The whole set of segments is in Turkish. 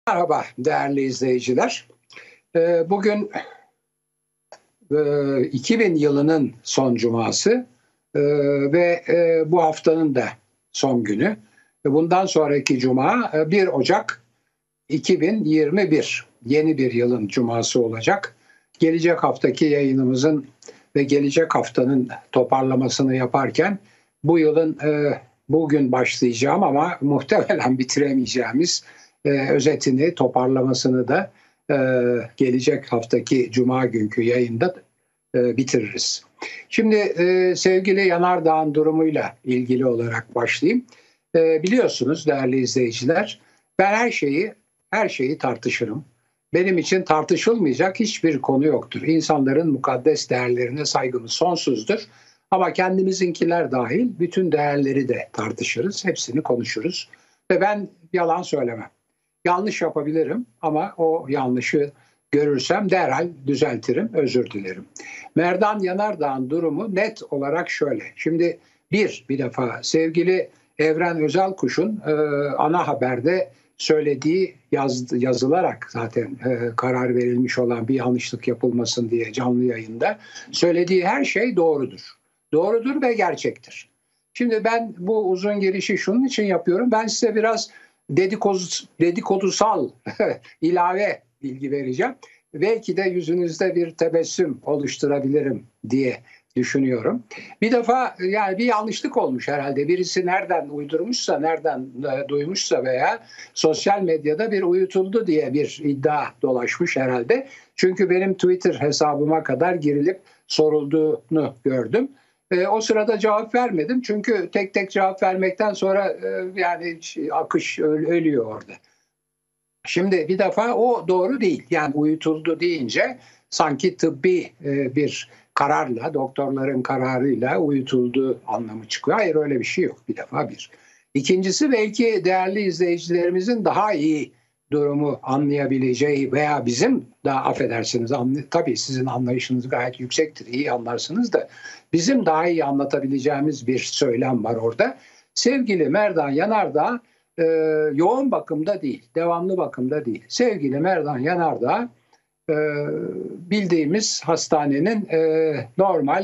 Merhaba değerli izleyiciler. Bugün 2000 yılının son cuması ve bu haftanın da son günü. Bundan sonraki cuma 1 Ocak 2021 yeni bir yılın cuması olacak. Gelecek haftaki yayınımızın ve gelecek haftanın toparlamasını yaparken bu yılın bugün başlayacağım ama muhtemelen bitiremeyeceğimiz özetini, toparlamasını da gelecek haftaki cuma günkü yayında bitiririz. Şimdi sevgili Yanardağ'ın durumuyla ilgili olarak başlayayım. Biliyorsunuz değerli izleyiciler, ben her şeyi tartışırım. Benim için tartışılmayacak hiçbir konu yoktur. İnsanların mukaddes değerlerine saygımız sonsuzdur. Ama kendimizinkiler dahil bütün değerleri de tartışırız, hepsini konuşuruz. Ve ben yalan söylemem. Yanlış yapabilirim ama o yanlışı görürsem derhal düzeltirim, özür dilerim. Merdan Yanardağ'ın durumu net olarak şöyle. Şimdi bir defa sevgili Evren Özelkuş'un ana haberde söylediği yazılarak zaten karar verilmiş olan bir yanlışlık yapılmasın diye canlı yayında söylediği her şey doğrudur. Doğrudur ve gerçektir. Şimdi ben bu uzun girişi şunun için yapıyorum. Ben size biraz dedikodusal ilave bilgi vereceğim. Belki de yüzünüzde bir tebessüm oluşturabilirim diye düşünüyorum. Bir defa yani bir yanlışlık olmuş herhalde. Birisi nereden uydurmuşsa, nereden duymuşsa veya sosyal medyada bir uyutuldu diye bir iddia dolaşmış herhalde. Çünkü benim Twitter hesabıma kadar girilip sorulduğunu gördüm. O sırada cevap vermedim. Çünkü tek tek cevap vermekten sonra yani akış ölüyor orada. Şimdi bir defa o doğru değil. Yani uyutuldu deyince sanki tıbbi bir kararla, doktorların kararıyla uyutulduğu anlamı çıkıyor. Hayır, öyle bir şey yok bir defa bir. İkincisi, belki değerli izleyicilerimizin daha iyi durumu anlayabileceği veya bizim daha affedersiniz tabii sizin anlayışınız gayet yüksektir, iyi anlarsınız da bizim daha iyi anlatabileceğimiz bir söylem var orada. Sevgili Merdan Yanardağ yoğun bakımda değil, devamlı bakımda değil. Sevgili Merdan Yanardağ bildiğimiz hastanenin normal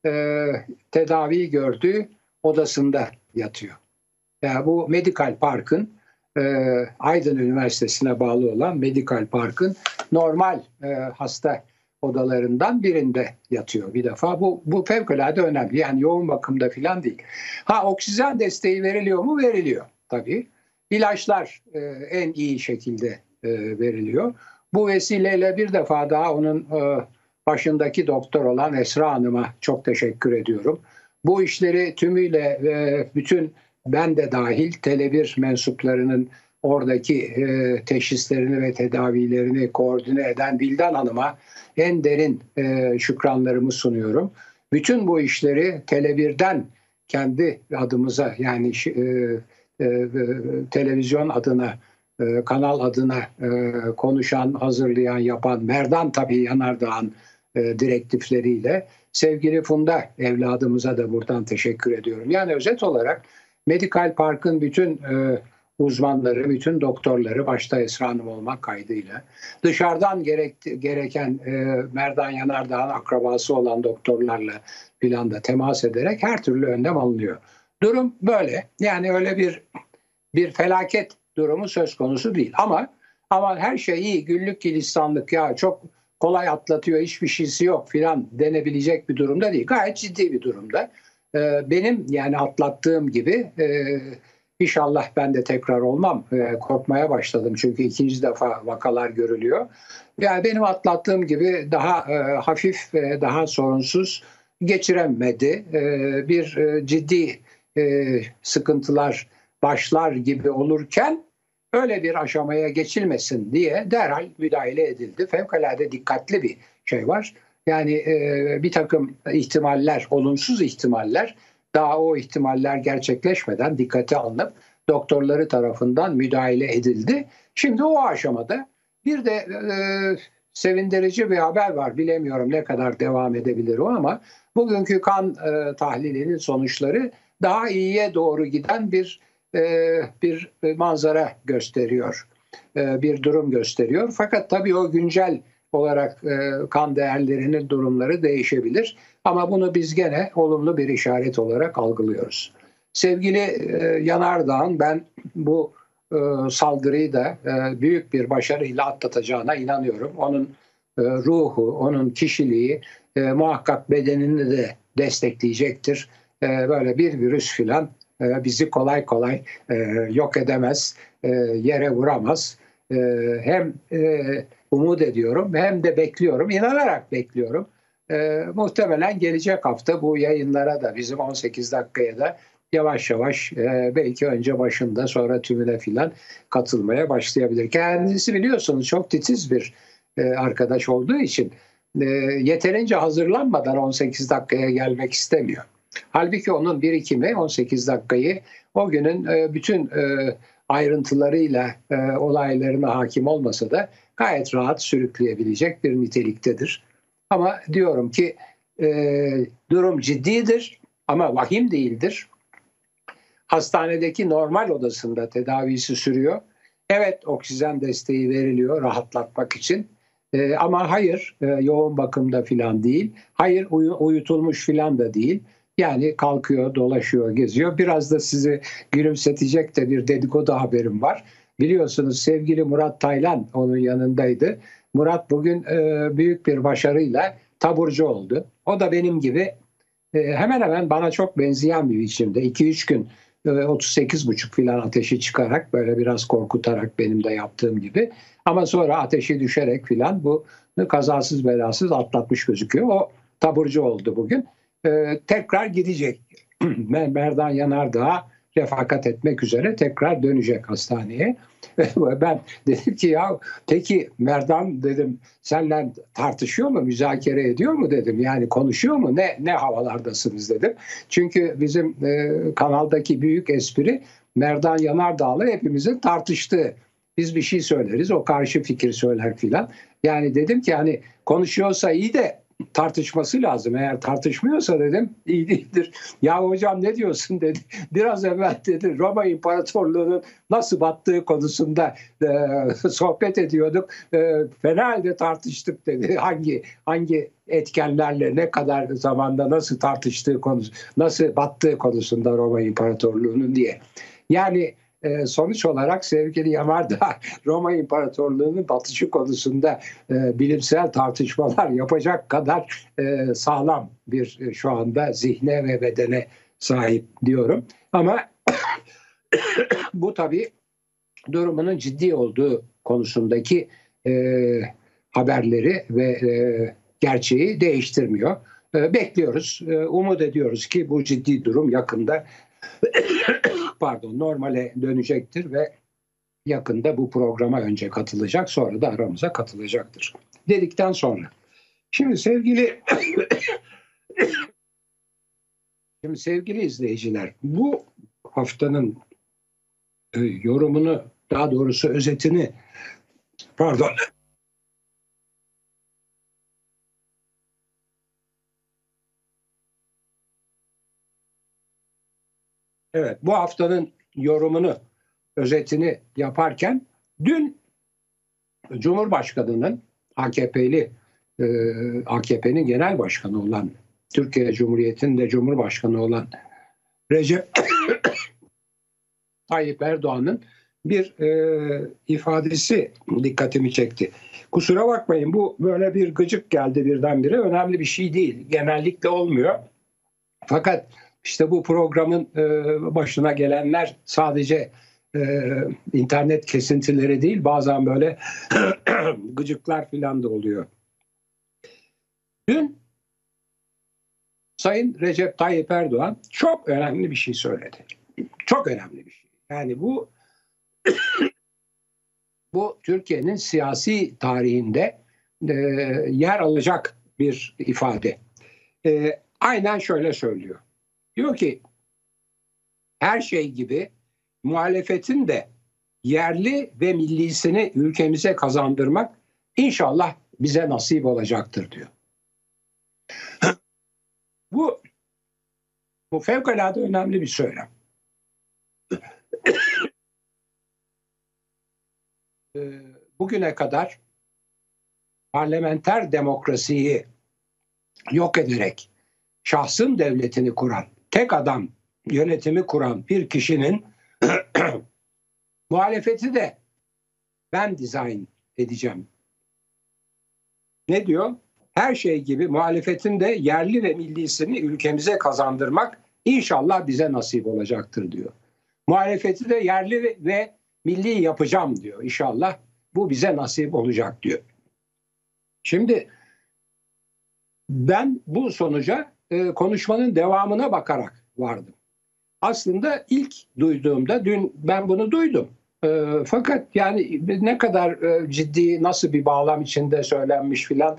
tedavi gördüğü odasında yatıyor. Yani bu Medical Park'ın Aydın Üniversitesi'ne bağlı olan Medical Park'ın normal hasta odalarından birinde yatıyor bir defa. Bu fevkalade önemli. Yani yoğun bakımda falan değil. Oksijen desteği veriliyor mu? Veriliyor tabii. İlaçlar en iyi şekilde veriliyor. Bu vesileyle bir defa daha onun başındaki doktor olan Esra Hanım'a çok teşekkür ediyorum. Bu işleri tümüyle bütün ben de dahil Tele1 mensuplarının oradaki teşhislerini ve tedavilerini koordine eden Vildan Hanım'a en derin şükranlarımı sunuyorum. Bütün bu işleri Tele1'den kendi adımıza yani televizyon adına, kanal adına konuşan, hazırlayan, yapan Merdan tabii Yanardağ'ın direktifleriyle sevgili Funda evladımıza da buradan teşekkür ediyorum. Yani özet olarak Medical Park'ın bütün uzmanları, bütün doktorları başta Esra Hanım olmak kaydıyla dışarıdan gereken Merdan Yanardağ'ın akrabası olan doktorlarla filan da temas ederek her türlü önlem alınıyor. Durum böyle. Yani öyle bir felaket durumu söz konusu değil. Ama her şey iyi, güllük gülistanlık ya çok kolay atlatıyor, hiçbir şeysi yok filan denebilecek bir durumda değil. Gayet ciddi bir durumda. Benim yani atlattığım gibi inşallah ben de tekrar olmam. Korkmaya başladım çünkü ikinci defa vakalar görülüyor. Yani benim atlattığım gibi daha hafif ve daha sorunsuz geçiremedi. Bir ciddi sıkıntılar başlar gibi olurken öyle bir aşamaya geçilmesin diye derhal müdahale edildi. Fevkalade dikkatli bir şey var. Yani bir takım ihtimaller, olumsuz ihtimaller daha o ihtimaller gerçekleşmeden dikkate alınıp doktorları tarafından müdahale edildi. Şimdi o aşamada bir de sevindirici bir haber var. Bilemiyorum ne kadar devam edebilir o ama bugünkü kan tahlilinin sonuçları daha iyiye doğru giden bir manzara gösteriyor. bir durum gösteriyor. Fakat tabii o güncel olarak kan değerlerinin durumları değişebilir. Ama bunu biz gene olumlu bir işaret olarak algılıyoruz. Sevgili Yanardağ'ın ben bu saldırıyı da büyük bir başarıyla atlatacağına inanıyorum. Onun ruhu, onun kişiliği muhakkak bedenini de destekleyecektir. Böyle bir virüs filan bizi kolay kolay yok edemez, yere vuramaz. Hem umut ediyorum hem de bekliyorum, inanarak bekliyorum. Muhtemelen gelecek hafta bu yayınlara da bizim 18 dakikaya da yavaş yavaş belki önce başında sonra tümüne filan katılmaya başlayabilir. Kendisi biliyorsunuz çok titiz bir arkadaş olduğu için yeterince hazırlanmadan 18 dakikaya gelmek istemiyor. Halbuki onun birikimi 18 dakikayı o günün bütün ayrıntılarıyla olaylarına hakim olmasa da gayet rahat sürükleyebilecek bir niteliktedir. Ama diyorum ki durum ciddidir ama vahim değildir. Hastanedeki normal odasında tedavisi sürüyor. Evet, oksijen desteği veriliyor rahatlatmak için. Ama hayır yoğun bakımda filan değil. Hayır uyutulmuş filan da değil. Yani kalkıyor, dolaşıyor, geziyor. Biraz da sizi gülümsetecek de bir dedikodu haberim var. Biliyorsunuz sevgili Murat Taylan onun yanındaydı. Murat bugün büyük bir başarıyla taburcu oldu. O da benim gibi hemen hemen bana çok benzeyen bir biçimde 2-3 gün 38,5 filan ateşi çıkarak böyle biraz korkutarak benim de yaptığım gibi ama sonra ateşi düşerek filan bu kazasız belasız atlatmış gözüküyor. O taburcu oldu bugün. Tekrar gidecek. Merdan Yanardağ'a refakat etmek üzere tekrar dönecek hastaneye. Ben dedim ki ya peki Merdan dedim senle tartışıyor mu, müzakere ediyor mu dedim. Yani konuşuyor mu, ne havalardasınız dedim. Çünkü bizim kanaldaki büyük espri Merdan Yanardağ'la hepimizin tartıştığı. Biz bir şey söyleriz, o karşı fikir söyler filan. Yani dedim ki hani konuşuyorsa iyi de tartışması lazım. Eğer tartışmıyorsa dedim iyi değildir. Ya hocam ne diyorsun dedi. Biraz evvel dedi Roma İmparatorluğu'nun nasıl battığı konusunda sohbet ediyorduk. Fena halde tartıştık dedi. Hangi etkenlerle ne kadar zamanda nasıl tartıştığı konusu, nasıl battığı konusunda Roma İmparatorluğu'nun diye. Yani sonuç olarak sevgili Yanardağ Roma İmparatorluğu'nun batışı konusunda bilimsel tartışmalar yapacak kadar sağlam bir şu anda zihne ve bedene sahip diyorum. Ama bu tabii durumunun ciddi olduğu konusundaki haberleri ve gerçeği değiştirmiyor. Bekliyoruz, umut ediyoruz ki bu ciddi durum yakında normale dönecektir ve yakında bu programa önce katılacak, sonra da aramıza katılacaktır. Dedikten sonra. Şimdi sevgili izleyiciler, bu haftanın yorumunu, daha doğrusu özetini, Evet, bu haftanın yorumunu, özetini yaparken dün Cumhurbaşkanı'nın AKP'nin genel başkanı olan, Türkiye Cumhuriyeti'nin de Cumhurbaşkanı olan Recep Tayyip Erdoğan'ın bir ifadesi dikkatimi çekti. Kusura bakmayın, bu böyle bir gıcık geldi birdenbire. Önemli bir şey değil. Genellikle olmuyor. Fakat işte bu programın başına gelenler sadece internet kesintileri değil, bazen böyle gıcıklar falan da oluyor. Dün Sayın Recep Tayyip Erdoğan çok önemli bir şey söyledi. Çok önemli bir şey. Yani bu Türkiye'nin siyasi tarihinde yer alacak bir ifade. Aynen şöyle söylüyor. Diyor ki her şey gibi muhalefetin de yerli ve millisini ülkemize kazandırmak inşallah bize nasip olacaktır diyor. Bu fevkalade önemli bir söylem. bugüne kadar parlamenter demokrasiyi yok ederek şahsın devletini kuran, tek adam yönetimi kuran bir kişinin muhalefeti de ben dizayn edeceğim. Ne diyor? Her şey gibi muhalefetin de yerli ve millisini ülkemize kazandırmak inşallah bize nasip olacaktır diyor. Muhalefeti de yerli ve milli yapacağım diyor. İnşallah bu bize nasip olacak diyor. Şimdi ben bu sonuca konuşmanın devamına bakarak vardım. Aslında ilk duyduğumda, dün ben bunu duydum. Fakat yani ne kadar ciddi, nasıl bir bağlam içinde söylenmiş filan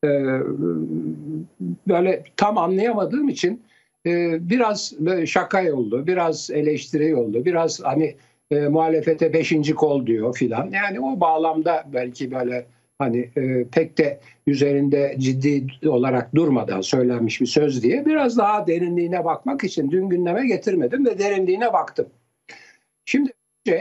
böyle tam anlayamadığım için biraz şaka oldu, biraz eleştiri oldu, biraz hani muhalefete beşinci kol diyor filan. Yani o bağlamda belki böyle hani pek de üzerinde ciddi olarak durmadan söylenmiş bir söz diye biraz daha derinliğine bakmak için dün gündeme getirmedim ve derinliğine baktım. Şimdi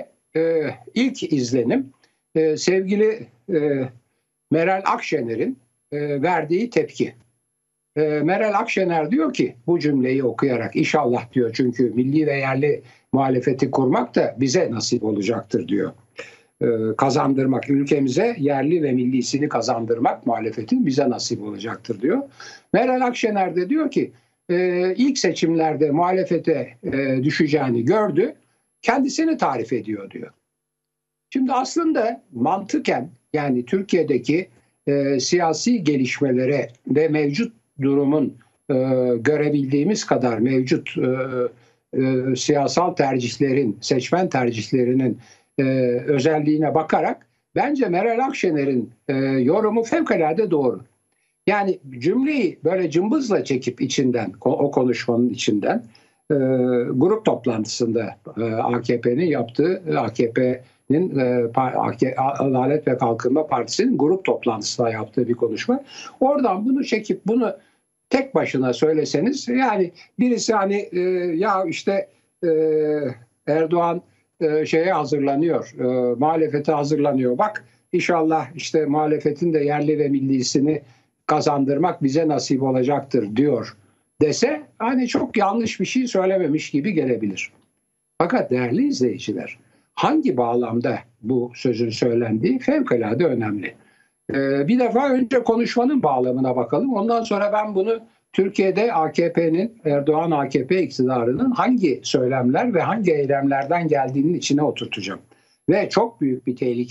ilk izlenim sevgili Meral Akşener'in verdiği tepki. Meral Akşener diyor ki bu cümleyi okuyarak inşallah diyor, çünkü milli ve yerli muhalefeti kurmak da bize nasip olacaktır diyor. Kazandırmak, ülkemize yerli ve millisini kazandırmak muhalefetin bize nasip olacaktır diyor. Meral Akşener de diyor ki ilk seçimlerde muhalefete düşeceğini gördü, kendisini tarif ediyor diyor. Şimdi aslında mantıken yani Türkiye'deki siyasi gelişmelere ve mevcut durumun görebildiğimiz kadar mevcut siyasal tercihlerin, seçmen tercihlerinin özelliğine bakarak bence Meral Akşener'in yorumu fevkalade doğru. Yani cümleyi böyle cımbızla çekip içinden, o konuşmanın içinden grup toplantısında AKP'nin yaptığı, AKP'nin Adalet ve Kalkınma Partisi'nin grup toplantısında yaptığı bir konuşma. Oradan bunu çekip bunu tek başına söyleseniz, yani birisi hani ya işte Erdoğan şeye hazırlanıyor, muhalefete hazırlanıyor. Bak inşallah işte muhalefetin de yerli ve millisini kazandırmak bize nasip olacaktır diyor dese, hani çok yanlış bir şey söylememiş gibi gelebilir. Fakat değerli izleyiciler, hangi bağlamda bu sözün söylendiği fevkalade önemli. Bir defa önce konuşmanın bağlamına bakalım. Ondan sonra ben bunu Türkiye'de AKP'nin, Erdoğan AKP iktidarının hangi söylemler ve hangi eylemlerden geldiğinin içine oturtacağım. Ve çok büyük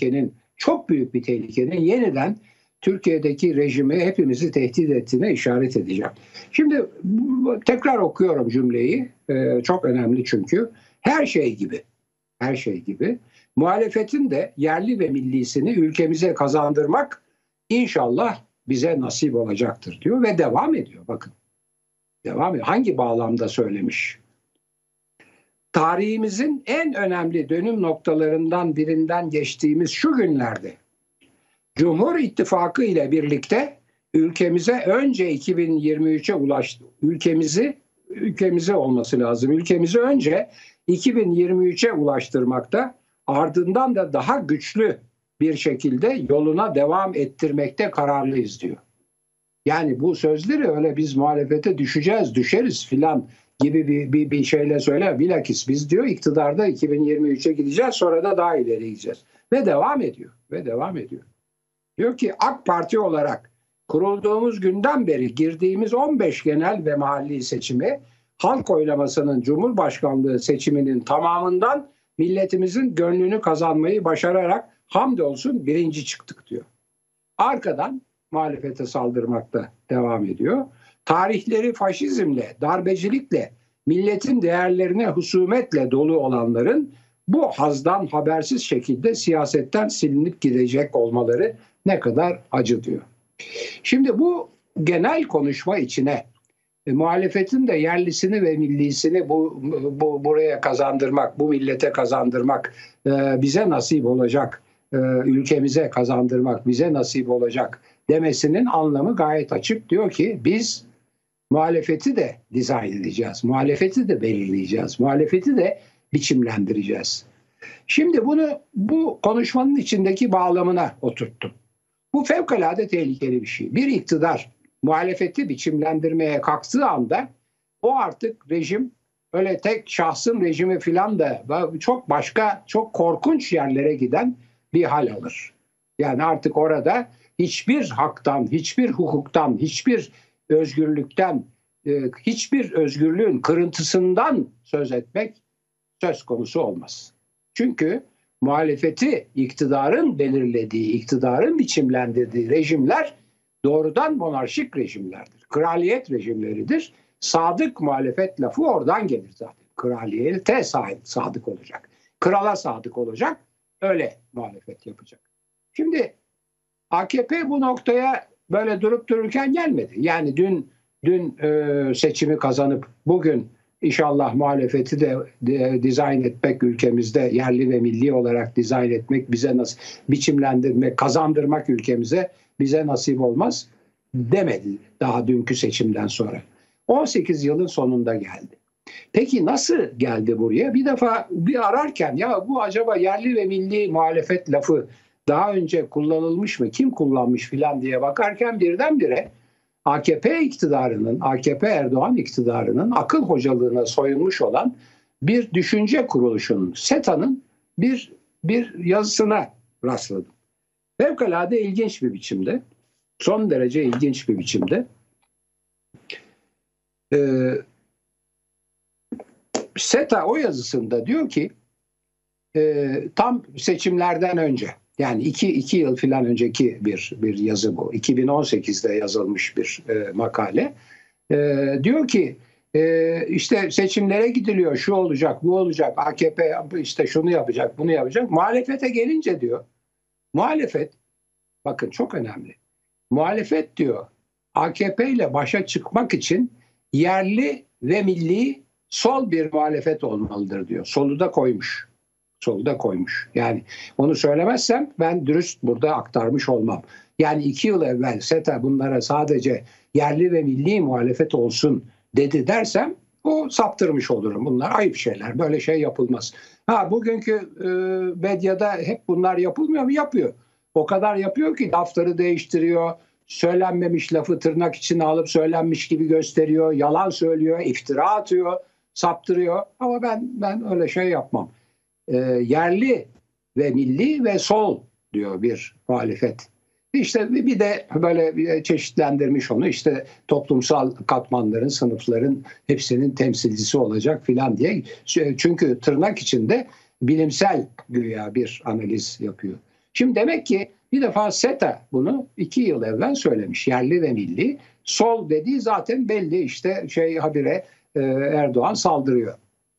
bir tehlikenin yeniden Türkiye'deki rejimi, hepimizi tehdit ettiğine işaret edeceğim. Şimdi tekrar okuyorum cümleyi. Çok önemli çünkü. Her şey gibi muhalefetin de yerli ve millisini ülkemize kazandırmak inşallah bize nasip olacaktır diyor ve devam ediyor. Bakın. Devam ediyor. Hangi bağlamda söylemiş? Tarihimizin en önemli dönüm noktalarından birinden geçtiğimiz şu günlerde Cumhur İttifakı ile birlikte ülkemize önce 2023'e ulaştı. Ülkemize olması lazım. Ülkemizi önce 2023'e ulaştırmakta, ardından da daha güçlü bir şekilde yoluna devam ettirmekte kararlıyız diyor. Yani bu sözleri öyle biz muhalefete düşeriz filan gibi bir şeyle söyle. Bilakis biz diyor iktidarda 2023'e gideceğiz, sonra da daha ileri gideceğiz. Ve devam ediyor. Diyor ki AK Parti olarak kurulduğumuz günden beri girdiğimiz 15 genel ve mahalli seçimi, halk oylamasının Cumhurbaşkanlığı seçiminin tamamından milletimizin gönlünü kazanmayı başararak hamdolsun birinci çıktık diyor. Arkadan muhalefete saldırmakta devam ediyor. Tarihleri faşizmle, darbecilikle, milletin değerlerine husumetle dolu olanların bu hazdan habersiz şekilde siyasetten silinip gidecek olmaları ne kadar acı diyor. Şimdi bu genel konuşma içine muhalefetin de yerlisini ve millisini buraya kazandırmak, bu millete kazandırmak bize nasip olacak, ülkemize kazandırmak bize nasip olacak demesinin anlamı gayet açık. Diyor ki biz muhalefeti de dizayn edeceğiz, muhalefeti de belirleyeceğiz, muhalefeti de biçimlendireceğiz. Şimdi bunu bu konuşmanın içindeki bağlamına oturttum. Bu fevkalade tehlikeli bir şey. Bir iktidar muhalefeti biçimlendirmeye kalktığı anda o artık rejim öyle tek şahsın rejimi filan da çok başka, çok korkunç yerlere giden bir hal alır. Yani artık orada hiçbir haktan, hiçbir hukuktan, hiçbir özgürlükten, hiçbir özgürlüğün kırıntısından söz etmek söz konusu olmaz. Çünkü muhalefeti iktidarın belirlediği, iktidarın biçimlendirdiği rejimler doğrudan monarşik rejimlerdir. Kraliyet rejimleridir. Sadık muhalefet lafı oradan gelir zaten. Kraliyete sadık olacak. Krala sadık olacak. Öyle muhalefet yapacak. Şimdi AKP bu noktaya böyle durup dururken gelmedi. Yani dün seçimi kazanıp bugün İnşallah muhalefeti de dizayn etmek, ülkemizde yerli ve milli olarak dizayn etmek, bize nasıl biçimlendirmek, kazandırmak ülkemize bize nasip olmaz demedi daha dünkü seçimden sonra. 18 yılın sonunda geldi. Peki nasıl geldi buraya? Bir defa bir ararken ya bu acaba yerli ve milli muhalefet lafı daha önce kullanılmış mı? Kim kullanmış filan diye bakarken birdenbire AKP iktidarının, AKP Erdoğan iktidarının akıl hocalığına soyunmuş olan bir düşünce kuruluşunun, SETA'nın bir yazısına rastladım. Fevkalade ilginç bir biçimde, son derece ilginç bir biçimde. SETA o yazısında diyor ki tam seçimlerden önce, yani iki yıl falan önceki bir yazı bu. 2018'de yazılmış bir makale. Diyor ki işte seçimlere gidiliyor, şu olacak, bu olacak, AKP işte şunu yapacak, bunu yapacak. Muhalefete gelince diyor, muhalefet, bakın çok önemli. Muhalefet diyor, AKP ile başa çıkmak için yerli ve milli sol bir muhalefet olmalıdır diyor. Solu da koymuş. Solu da koymuş. Yani onu söylemezsem ben dürüst burada aktarmış olmam. Yani 2 yıl evvel SETA bunlara sadece yerli ve milli muhalefet olsun dedi dersem o saptırmış olurum. Bunlar ayıp şeyler. Böyle şey yapılmaz. Bugünkü medyada hep bunlar yapılmıyor mu? Yapıyor. O kadar yapıyor ki lafları değiştiriyor. Söylenmemiş lafı tırnak içine alıp söylenmiş gibi gösteriyor. Yalan söylüyor, iftira atıyor, saptırıyor. Ama ben öyle şey yapmam. Yerli ve milli ve sol diyor bir muhalefet. İşte bir de böyle çeşitlendirmiş onu, işte toplumsal katmanların, sınıfların hepsinin temsilcisi olacak filan diye. Çünkü tırnak içinde bilimsel güya bir analiz yapıyor. Şimdi demek ki bir defa SETA bunu 2 yıl evvel söylemiş. Yerli ve milli. Sol dediği zaten belli, işte habire Erdoğan saldırıyor.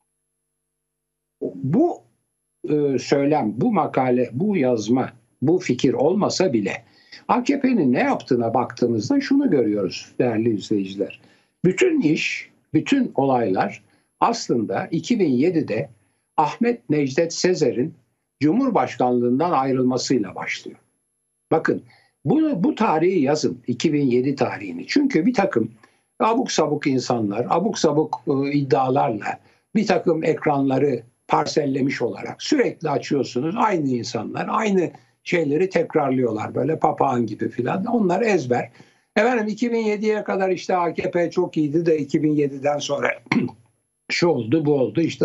Bu söylem, bu makale, bu yazma, bu fikir olmasa bile AKP'nin ne yaptığına baktığımızda şunu görüyoruz değerli izleyiciler. Bütün iş, bütün olaylar aslında 2007'de Ahmet Necdet Sezer'in Cumhurbaşkanlığından ayrılmasıyla başlıyor. Bakın bu tarihi yazın, 2007 tarihini. Çünkü bir takım abuk sabuk insanlar, abuk sabuk iddialarla bir takım ekranları parsellemiş olarak sürekli açıyorsunuz. Aynı insanlar aynı şeyleri tekrarlıyorlar böyle papağan gibi filan. Onlar ezber. Efendim 2007'ye kadar işte AKP çok iyiydi de 2007'den sonra şu oldu bu oldu işte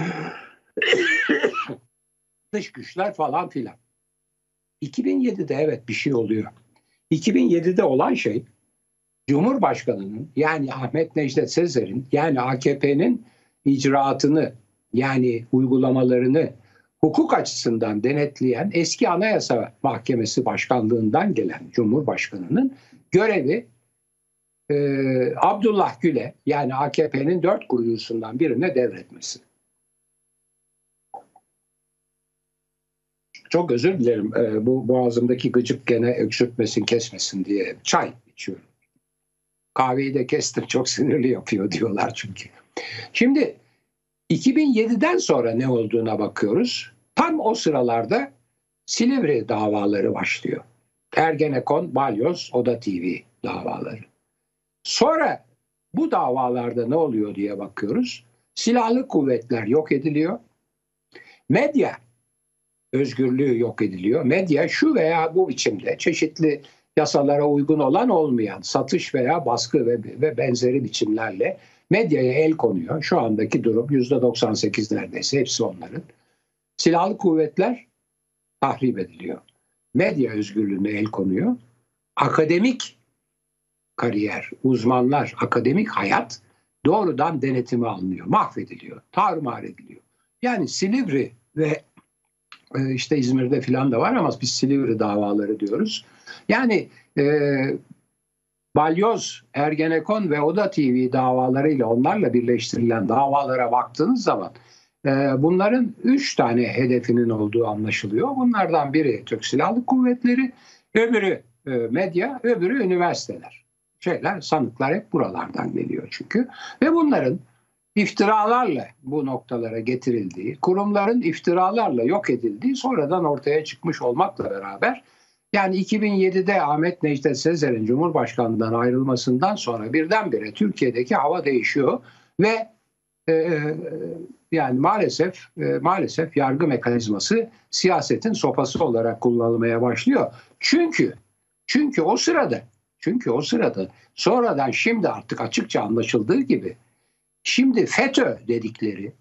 dış güçler falan filan. 2007'de evet bir şey oluyor. 2007'de olan şey Cumhurbaşkanı'nın, yani Ahmet Necdet Sezer'in, yani AKP'nin icraatını, yani uygulamalarını hukuk açısından denetleyen eski Anayasa Mahkemesi Başkanlığından gelen Cumhurbaşkanı'nın görevi Abdullah Gül'e, yani AKP'nin 4 kurucusundan birine devretmesi. Çok özür dilerim, bu boğazımdaki gıcık gene öksürtmesin, kesmesin diye çay içiyorum. Kahveyi de kestim, çok sinirli yapıyor diyorlar çünkü. Şimdi 2007'den sonra ne olduğuna bakıyoruz. Tam o sıralarda Silivri davaları başlıyor. Ergenekon, Balyoz, Oda TV davaları. Sonra bu davalarda ne oluyor diye bakıyoruz. Silahlı kuvvetler yok ediliyor. Medya özgürlüğü yok ediliyor. Medya şu veya bu biçimde çeşitli yasalara uygun olan olmayan satış veya baskı ve benzeri biçimlerle medyaya el konuyor. Şu andaki durum %98 neredeyse hepsi onların. Silahlı kuvvetler tahrip ediliyor. Medya özgürlüğüne el konuyor. Akademik kariyer, uzmanlar, akademik hayat doğrudan denetime alınıyor, mahvediliyor, tarumar ediliyor. Yani Silivri ve işte İzmir'de filan da var ama biz Silivri davaları diyoruz. Yani Balyoz, Ergenekon ve Oda TV davalarıyla onlarla birleştirilen davalara baktığınız zaman bunların 3 tane hedefinin olduğu anlaşılıyor. Bunlardan biri Türk Silahlı Kuvvetleri, öbürü medya, öbürü üniversiteler. Sanıklar hep buralardan geliyor çünkü. Ve bunların iftiralarla bu noktalara getirildiği, kurumların iftiralarla yok edildiği sonradan ortaya çıkmış olmakla beraber yani 2007'de Ahmet Necdet Sezer'in Cumhurbaşkanlığından ayrılmasından sonra birdenbire Türkiye'deki hava değişiyor ve yani maalesef yargı mekanizması siyasetin sopası olarak kullanılmaya başlıyor. Çünkü o sırada sonradan şimdi artık açıkça anlaşıldığı gibi şimdi FETÖ dedikleri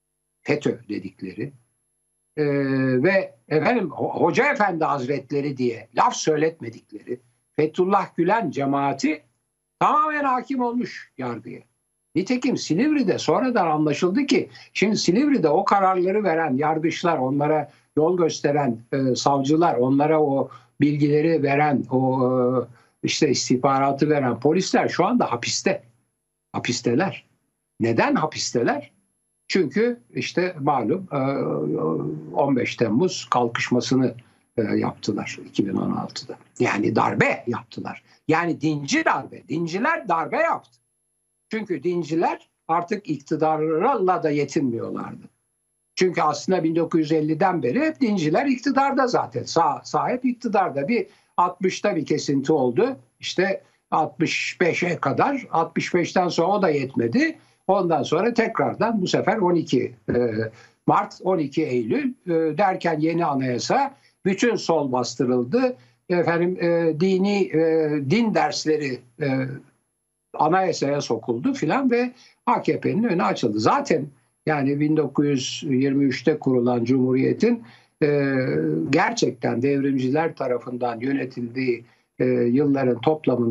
ve efendim Hoca Efendi Hazretleri diye laf söyletmedikleri Fethullah Gülen cemaati tamamen hakim olmuş yargıya. Nitekim Silivri'de sonradan anlaşıldı ki şimdi Silivri'de o kararları veren yargıçlar, onlara yol gösteren savcılar, onlara o bilgileri veren, o işte istihbaratı veren polisler şu anda hapisteler. Neden hapisteler? Çünkü işte malum 15 Temmuz kalkışmasını yaptılar 2016'da. Yani darbe yaptılar. Yani dinci darbe. Dinciler darbe yaptı. Çünkü dinciler artık iktidarla da yetinmiyorlardı. Çünkü aslında 1950'den beri hep dinciler iktidarda zaten. Sağ hep iktidarda. Bir 60'ta bir kesinti oldu. İşte 65'e kadar. 65'ten sonra o da yetmedi. Ondan sonra tekrardan bu sefer 12 Mart, 12 Eylül derken yeni anayasa, bütün sol bastırıldı. Efendim din dersleri anayasaya sokuldu filan ve AKP'nin önü açıldı. Zaten yani 1923'te kurulan Cumhuriyet'in gerçekten devrimciler tarafından yönetildiği yılların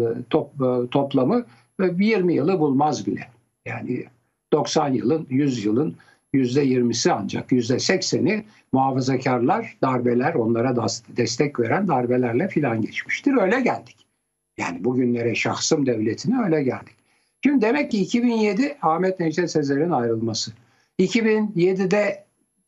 toplamı 20 yılı bulmaz bile. Yani 90 yılın, 100 yılın %20'si ancak %80'i muhafazakarlar, darbeler, onlara destek veren darbelerle filan geçmiştir. Öyle geldik. Yani bugünlere şahsım devletine öyle geldik. Şimdi demek ki 2007 Ahmet Necdet Sezer'in ayrılması. 2007'de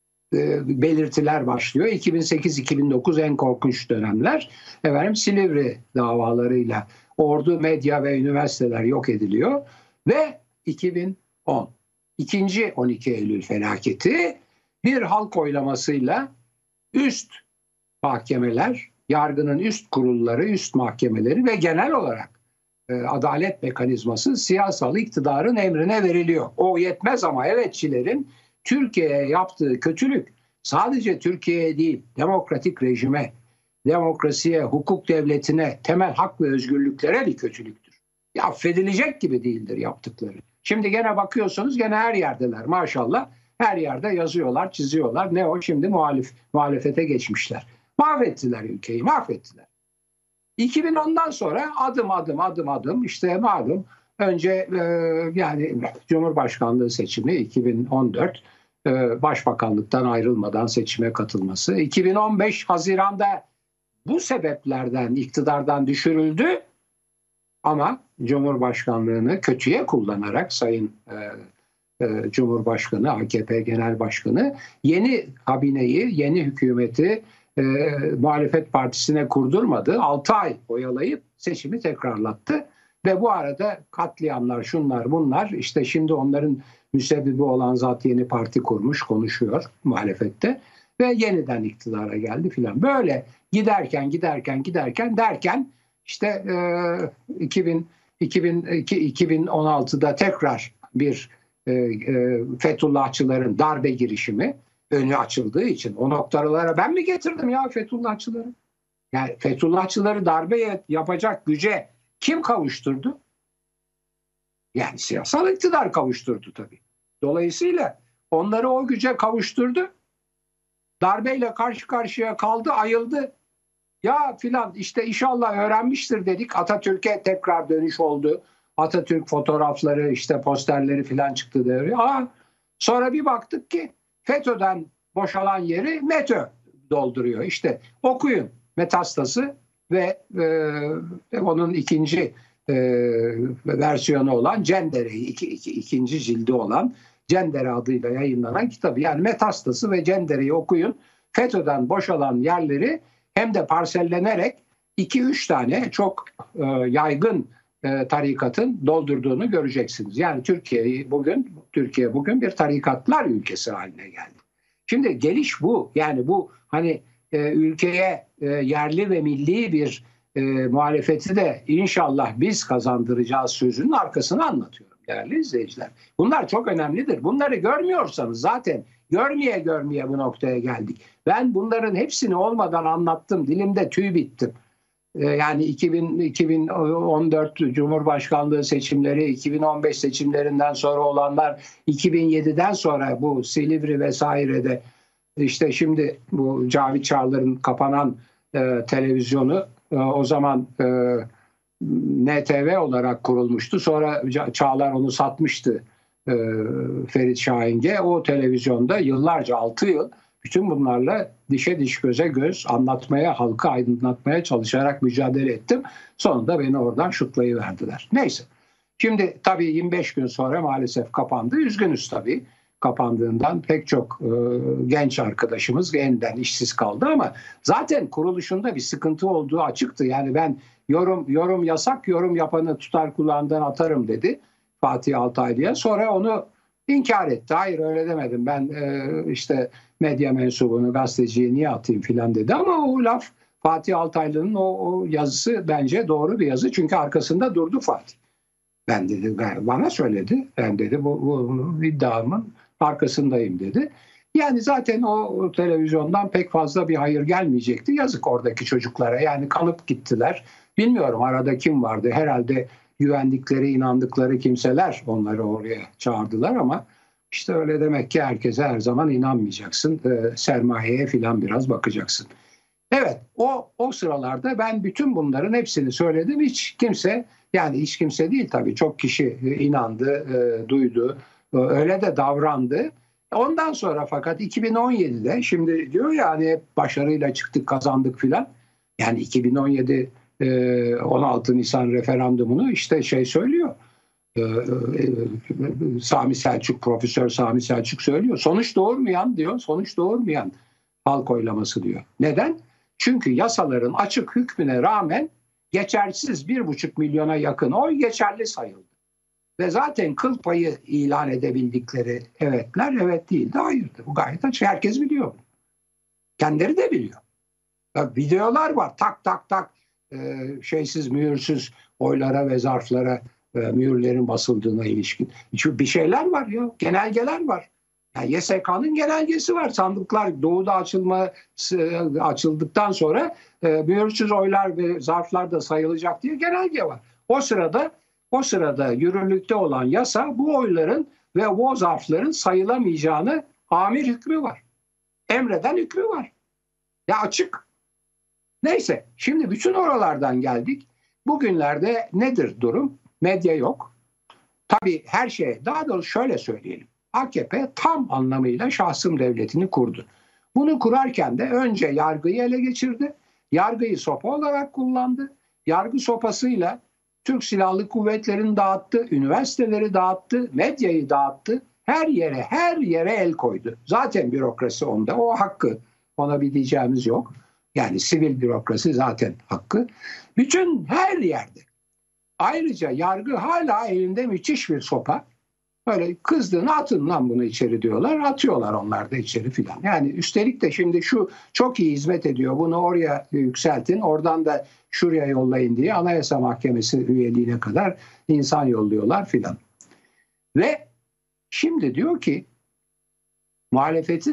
belirtiler başlıyor. 2008-2009 en korkunç dönemler. Efendim Silivri davalarıyla ordu, medya ve üniversiteler yok ediliyor. Ve 2010 ikinci 12 Eylül felaketi bir halk oylamasıyla üst mahkemeler, yargının üst kurulları, üst mahkemeleri ve genel olarak adalet mekanizması siyasal iktidarın emrine veriliyor. O yetmez ama evetçilerin Türkiye'ye yaptığı kötülük sadece Türkiye'ye değil, demokratik rejime, demokrasiye, hukuk devletine, temel hak ve özgürlüklere bir kötülüktür. Affedilecek gibi değildir yaptıkları. Şimdi gene bakıyorsunuz gene her yerdeler maşallah. Her yerde yazıyorlar, çiziyorlar. Ne o şimdi muhalefete geçmişler. Mahvettiler ülkeyi, mahvettiler. 2010'dan sonra adım işte malum önce yani Cumhurbaşkanlığı seçimi 2014 başbakanlıktan ayrılmadan seçime katılması. 2015 Haziran'da bu sebeplerden iktidardan düşürüldü ama Cumhurbaşkanlığını kötüye kullanarak Sayın Cumhurbaşkanı, AKP Genel Başkanı yeni kabineyi, yeni hükümeti muhalefet partisine kurdurmadı. 6 ay oyalayıp seçimi tekrarlattı. Ve bu arada katliamlar, şunlar bunlar, işte şimdi onların müsebbibi olan zat yeni parti kurmuş, konuşuyor muhalefette ve yeniden iktidara geldi filan. Böyle giderken derken işte 2016'da tekrar bir Fethullahçıların darbe girişimi önü açıldığı için o noktalara ben mi getirdim ya Fethullahçıları? Yani Fethullahçıları darbe yapacak güce kim kavuşturdu? Yani siyasal iktidar kavuşturdu tabii. Dolayısıyla onları o güce kavuşturdu. Darbeyle karşı karşıya kaldı, ayıldı. Ya filan işte inşallah öğrenmiştir dedik. Atatürk'e tekrar dönüş oldu. Atatürk fotoğrafları işte posterleri filan çıktı devreye. Sonra bir baktık ki FETÖ'den boşalan yeri METÖ dolduruyor. İşte okuyun Metastası ve onun ikinci versiyonu olan Cendere'yi ikinci cildi olan Cendere adıyla yayınlanan kitabı. Yani Metastası ve Cendere'yi okuyun. FETÖ'den boşalan yerleri hem de parsellenerek 2-3 tane çok yaygın tarikatın doldurduğunu göreceksiniz. Yani Türkiye bugün bir tarikatlar ülkesi haline geldi. Şimdi geliş bu. Yani bu hani ülkeye yerli ve milli bir muhalefeti de inşallah biz kazandıracağız sözünün arkasını anlatıyorum değerli izleyiciler. Bunlar çok önemlidir. Bunları görmüyorsanız zaten görmeye bu noktaya geldik. Ben bunların hepsini olmadan anlattım. Dilimde tüy bittim. Yani 2014 Cumhurbaşkanlığı seçimleri, 2015 seçimlerinden sonra olanlar, 2007'den sonra bu Silivri vesairede işte şimdi bu Cavit Çağlar'ın kapanan televizyonu o zaman NTV olarak kurulmuştu. Sonra Çağlar onu satmıştı Ferit Şahing'e. O televizyonda yıllarca 6 yıl bütün bunlarla dişe diş göze göz anlatmaya, halkı aydınlatmaya çalışarak mücadele ettim. Sonunda beni oradan şutlayıverdiler. Neyse. Şimdi tabii 25 gün sonra maalesef kapandı. Üzgünüz tabii. Kapandığından pek çok genç arkadaşımız yeniden işsiz kaldı ama zaten kuruluşunda bir sıkıntı olduğu açıktı. Yani ben yorum yasak, yorum yapanı tutar kulağından atarım dedi Fatih Altaylı'ya. Sonra onu inkar etti. Hayır öyle demedim. Ben işte medya mensubunu, gazeteciyi niye atayım filan dedi. Ama o laf Fatih Altaylı'nın o yazısı bence doğru bir yazı. Çünkü arkasında durdu Fatih. Ben dedi, bana söyledi. Ben dedi bu iddiamın arkasındayım dedi. Yani zaten o televizyondan pek fazla bir hayır gelmeyecekti. Yazık oradaki çocuklara. Yani kalıp gittiler. Bilmiyorum arada kim vardı. Herhalde güvendikleri, inandıkları kimseler onları oraya çağırdılar ama işte öyle demek ki herkese her zaman inanmayacaksın. Sermayeye filan biraz bakacaksın. Evet, o sıralarda ben bütün bunların hepsini söyledim. Hiç kimse değil tabii. Çok kişi inandı, duydu, öyle de davrandı. Ondan sonra fakat 2017'de şimdi diyor ya hani hep başarıyla çıktık, kazandık filan. Yani 2017 16 Nisan referandumunu işte söylüyor. Profesör Sami Selçuk söylüyor. Sonuç doğurmayan diyor. Sonuç doğurmayan halk oylaması diyor. Neden? Çünkü yasaların açık hükmüne rağmen geçersiz 1,5 milyona yakın oy geçerli sayıldı. Ve zaten kıl payı ilan edebildikleri evetler evet değildi, hayırdı. Bu gayet açık. Herkes biliyor. Kendileri de biliyor. Videolar var. Tak tak tak mühürsüz oylara ve zarflara mühürlerin basıldığına ilişkin. Bir şeyler var ya. Genelgeler var. Yani YSK'nın genelgesi var. Sandıklar doğuda açıldıktan sonra mühürsüz oylar ve zarflar da sayılacak diye genelge var. O sırada yürürlükte olan yasa bu oyların ve o zarfların sayılamayacağını amir hükmü var. Emreden hükmü var. Ya açık. Neyse şimdi bütün oralardan geldik. Bugünlerde nedir durum? Medya yok. Tabii her şeye daha doğrusu şöyle söyleyelim. AKP tam anlamıyla şahsım devletini kurdu. Bunu kurarken de önce yargıyı ele geçirdi. Yargıyı sopa olarak kullandı. Yargı sopasıyla Türk Silahlı Kuvvetleri'ni dağıttı, üniversiteleri dağıttı, medyayı dağıttı. Her yere el koydu. Zaten bürokrasi onda. O hakkı. Ona bir diyeceğimiz yok. Yani sivil bürokrasi zaten hakkı. Bütün her yerde. Ayrıca yargı hala elinde müthiş bir sopa. Böyle kızdığını atın lan bunu içeri diyorlar. Atıyorlar onlar da içeri filan. Yani üstelik de şimdi şu çok iyi hizmet ediyor. Bunu oraya yükseltin. Oradan da şuraya yollayın diye Anayasa Mahkemesi üyeliğine kadar insan yolluyorlar filan. Ve şimdi diyor ki muhalefeti de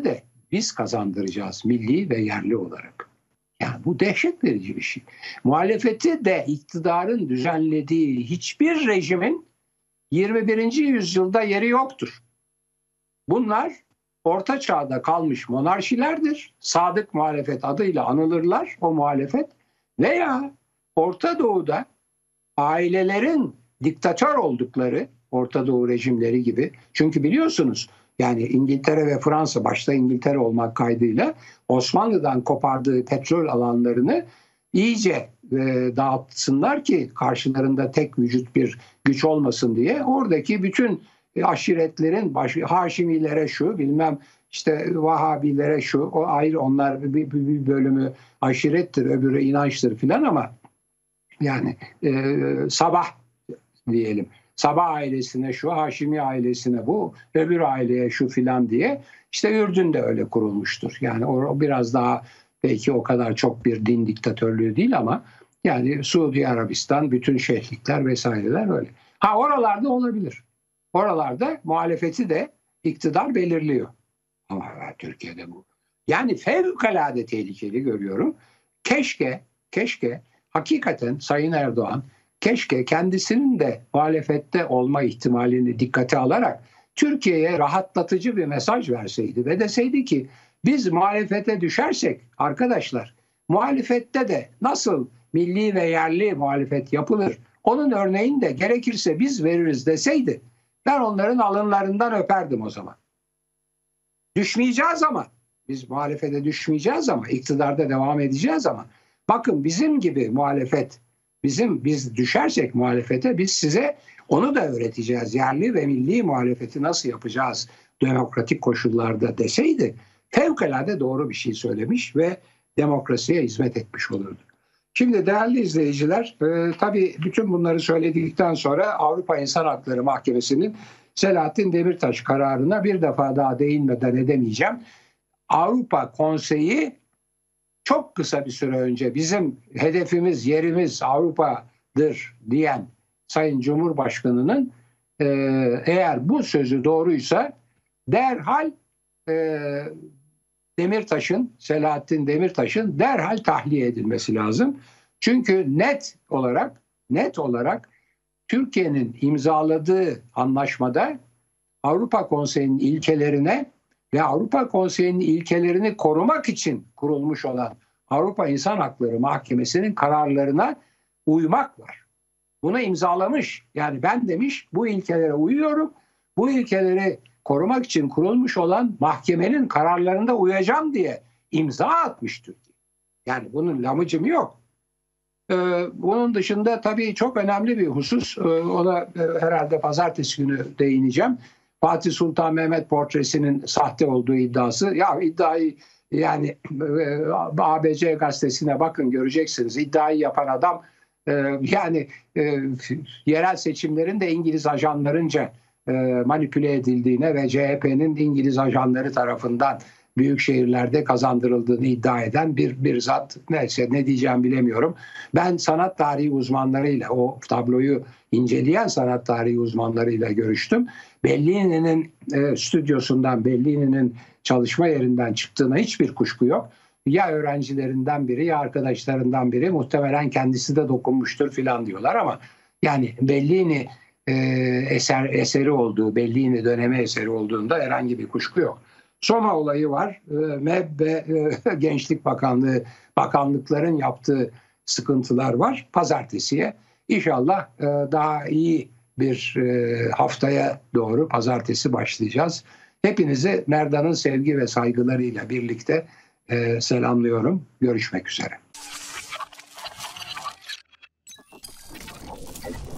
biz kazandıracağız milli ve yerli olarak. Yani bu dehşet verici bir şey. Muhalefeti de iktidarın düzenlediği hiçbir rejimin 21. yüzyılda yeri yoktur. Bunlar Orta Çağ'da kalmış monarşilerdir. Sadık muhalefet adıyla anılırlar o muhalefet. Veya Orta Doğu'da ailelerin diktatör oldukları Orta Doğu rejimleri gibi. Çünkü biliyorsunuz yani İngiltere ve Fransa başta İngiltere olmak kaydıyla Osmanlı'dan kopardığı petrol alanlarını iyice dağıtsınlar ki karşılarında tek vücut bir güç olmasın diye. Oradaki bütün aşiretlerin Haşimilere şu bilmem işte Vahabilere şu o ayrı onlar bir bölümü aşirettir öbürü inançtır filan ama yani Sabah diyelim. Sabah ailesine şu, Haşimi ailesine bu, öbür aileye şu filan diye. İşte Ürdün de öyle kurulmuştur. Yani o biraz daha belki o kadar çok bir din diktatörlüğü değil ama yani Suudi Arabistan, bütün şeyhlikler vesaireler öyle. Ha oralarda olabilir. Oralarda muhalefeti de iktidar belirliyor. Ama Türkiye'de bu. Yani fevkalade tehlikeli görüyorum. Keşke hakikaten Sayın Erdoğan keşke kendisinin de muhalefette olma ihtimalini dikkate alarak Türkiye'ye rahatlatıcı bir mesaj verseydi ve deseydi ki biz muhalefete düşersek arkadaşlar muhalefette de nasıl milli ve yerli muhalefet yapılır onun örneğini de gerekirse biz veririz deseydi ben onların alınlarından öperdim o zaman. Düşmeyeceğiz ama biz muhalefete düşmeyeceğiz ama iktidarda devam edeceğiz ama bakın bizim gibi muhalefet biz düşersek muhalefete biz size onu da öğreteceğiz. Yerli ve milli muhalefeti nasıl yapacağız demokratik koşullarda deseydi fevkalade doğru bir şey söylemiş ve demokrasiye hizmet etmiş olurdu. Şimdi değerli izleyiciler tabii bütün bunları söyledikten sonra Avrupa İnsan Hakları Mahkemesi'nin Selahattin Demirtaş kararına bir defa daha değinmeden edemeyeceğim. Avrupa Konseyi çok kısa bir süre önce bizim hedefimiz, yerimiz Avrupa'dır diyen Sayın Cumhurbaşkanı'nın eğer bu sözü doğruysa derhal Selahattin Demirtaş'ın derhal tahliye edilmesi lazım. Çünkü net olarak Türkiye'nin imzaladığı anlaşmada Avrupa Konseyi'nin ilkelerine ve Avrupa Konseyi'nin ilkelerini korumak için kurulmuş olan Avrupa İnsan Hakları Mahkemesi'nin kararlarına uymak var. Bunu imzalamış. Yani ben demiş bu ilkelere uyuyorum. Bu ilkeleri korumak için kurulmuş olan mahkemenin kararlarında uyacağım diye imza atmış Türkiye. Yani bunun lamıcımı yok. Bunun dışında tabii çok önemli bir husus. Ona herhalde pazartesi günü değineceğim. Fatih Sultan Mehmet portresinin sahte olduğu iddiası. Ya iddiayı yani ABC gazetesine bakın göreceksiniz. İddiayı yapan adam yerel seçimlerin de İngiliz ajanlarınca manipüle edildiğine ve CHP'nin İngiliz ajanları tarafından büyük şehirlerde kazandırıldığını iddia eden bir zat. Neyse ne diyeceğim bilemiyorum. Ben sanat tarihi uzmanlarıyla o tabloyu inceleyen sanat tarihi uzmanlarıyla görüştüm. Bellini'nin stüdyosundan, Bellini'nin çalışma yerinden çıktığına hiçbir kuşku yok. Ya öğrencilerinden biri ya arkadaşlarından biri muhtemelen kendisi de dokunmuştur filan diyorlar ama yani Bellini eseri olduğu, Bellini dönemi eseri olduğunda herhangi bir kuşku yok. Soma olayı var. MEB ve Gençlik Bakanlığı bakanlıkların yaptığı sıkıntılar var. Pazartesiye inşallah daha iyi bir haftaya doğru pazartesi başlayacağız. Hepinizi Merdan'ın sevgi ve saygılarıyla birlikte selamlıyorum. Görüşmek üzere.